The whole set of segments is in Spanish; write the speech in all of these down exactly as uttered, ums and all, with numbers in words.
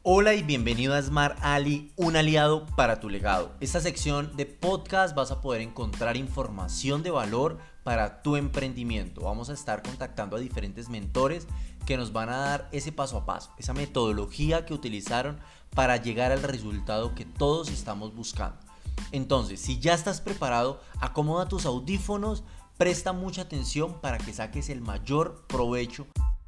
Hola y bienvenido a Smart Ali, un aliado para tu legado. Esta sección de podcast vas a poder encontrar información de valor para tu emprendimiento. Vamos a estar contactando a diferentes mentores que nos van a dar ese paso a paso, esa metodología que utilizaron para llegar al resultado que todos estamos buscando. Entonces, si ya estás preparado, acomoda tus audífonos, presta mucha atención para que saques el mayor provecho.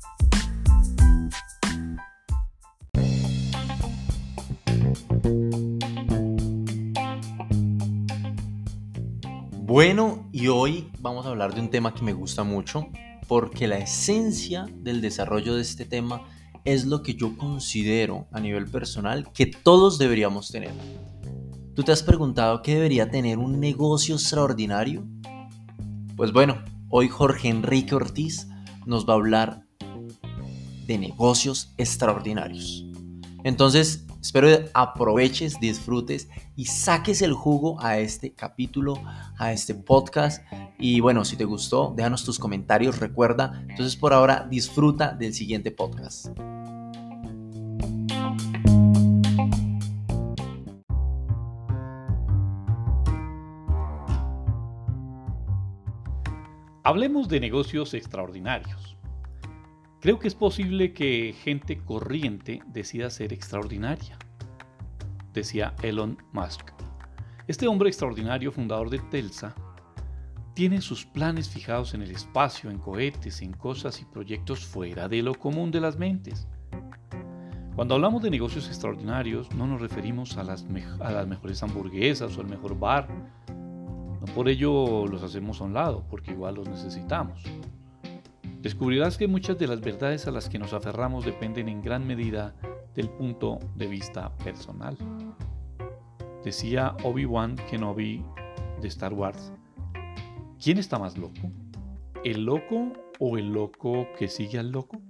Bueno, y hoy vamos a hablar de un tema que me gusta mucho, porque la esencia del desarrollo de este tema es lo que yo considero a nivel personal que todos deberíamos tener. ¿Tú te has preguntado qué debería tener un negocio extraordinario? Pues bueno, hoy Jorge Enrique Ortiz nos va a hablar de negocios extraordinarios. Entonces, espero aproveches, disfrutes y saques el jugo a este capítulo, a este podcast. Y bueno, si te gustó, déjanos tus comentarios, recuerda. Entonces, por ahora, disfruta del siguiente podcast. Hablemos de negocios extraordinarios. Creo que es posible que gente corriente decida ser extraordinaria, decía Elon Musk. Este hombre extraordinario, fundador de Tesla, tiene sus planes fijados en el espacio, en cohetes, en cosas y proyectos fuera de lo común de las mentes. Cuando hablamos de negocios extraordinarios, no nos referimos a las, me- a las mejores hamburguesas o al mejor bar. No por ello los hacemos a un lado, porque igual los necesitamos. Descubrirás que muchas de las verdades a las que nos aferramos dependen en gran medida del punto de vista personal. Decía Obi-Wan Kenobi de Star Wars: ¿quién está más loco? ¿El loco o el loco que sigue al loco?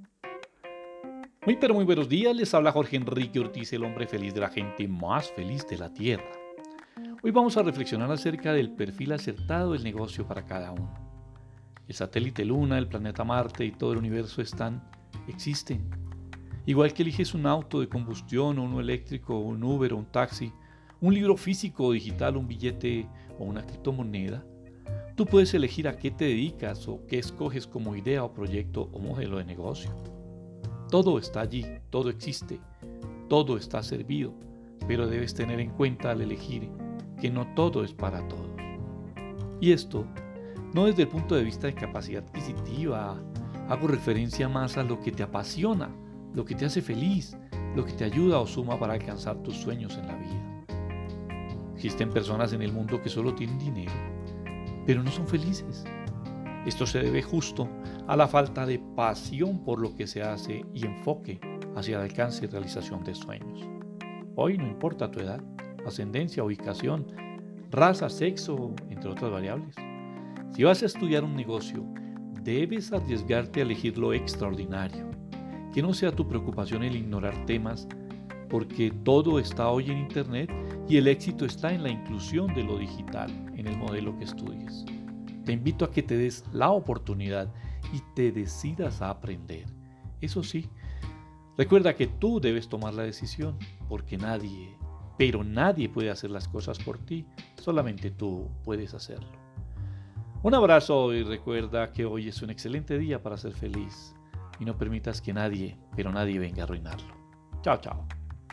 Muy pero muy buenos días, les habla Jorge Enrique Ortiz, el hombre feliz de la gente más feliz de la tierra. Hoy vamos a reflexionar acerca del perfil acertado del negocio para cada uno. El satélite Luna, el planeta Marte y todo el universo están, existen. Igual que eliges un auto de combustión o uno eléctrico, o un Uber o un taxi, un libro físico o digital, un billete o una criptomoneda, tú puedes elegir a qué te dedicas o qué escoges como idea o proyecto o modelo de negocio. Todo está allí, todo existe, todo está servido, pero debes tener en cuenta al elegir que no todo es para todos. Y esto no desde el punto de vista de capacidad adquisitiva, hago referencia más a lo que te apasiona, lo que te hace feliz, lo que te ayuda o suma para alcanzar tus sueños en la vida. Existen personas en el mundo que solo tienen dinero, pero no son felices. Esto se debe justo a la falta de pasión por lo que se hace y enfoque hacia el alcance y realización de sueños. Hoy no importa tu edad, ascendencia, ubicación, raza, sexo, entre otras variables. Si vas a estudiar un negocio, debes arriesgarte a elegir lo extraordinario. Que no sea tu preocupación el ignorar temas, porque todo está hoy en Internet y el éxito está en la inclusión de lo digital en el modelo que estudies. Te invito a que te des la oportunidad y te decidas a aprender. Eso sí, recuerda que tú debes tomar la decisión, porque nadie, pero nadie puede hacer las cosas por ti, solamente tú puedes hacerlo. Un abrazo y recuerda que hoy es un excelente día para ser feliz y no permitas que nadie, pero nadie venga a arruinarlo. Chao, chao.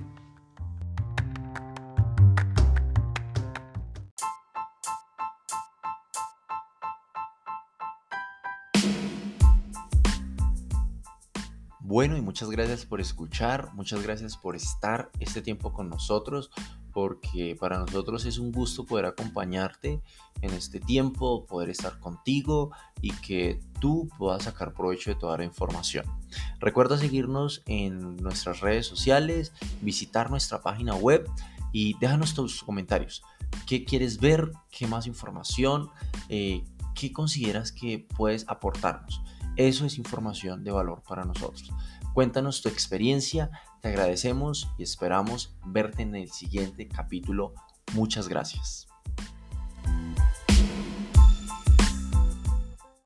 Bueno, y muchas gracias por escuchar, muchas gracias por estar este tiempo con nosotros, porque para nosotros es un gusto poder acompañarte en este tiempo, poder estar contigo y que tú puedas sacar provecho de toda la información. Recuerda seguirnos en nuestras redes sociales, visitar nuestra página web y déjanos tus comentarios. ¿Qué quieres ver? ¿Qué más información? Eh, ¿Qué consideras que puedes aportarnos? Eso es información de valor para nosotros. Cuéntanos tu experiencia, te agradecemos y esperamos verte en el siguiente capítulo. Muchas gracias.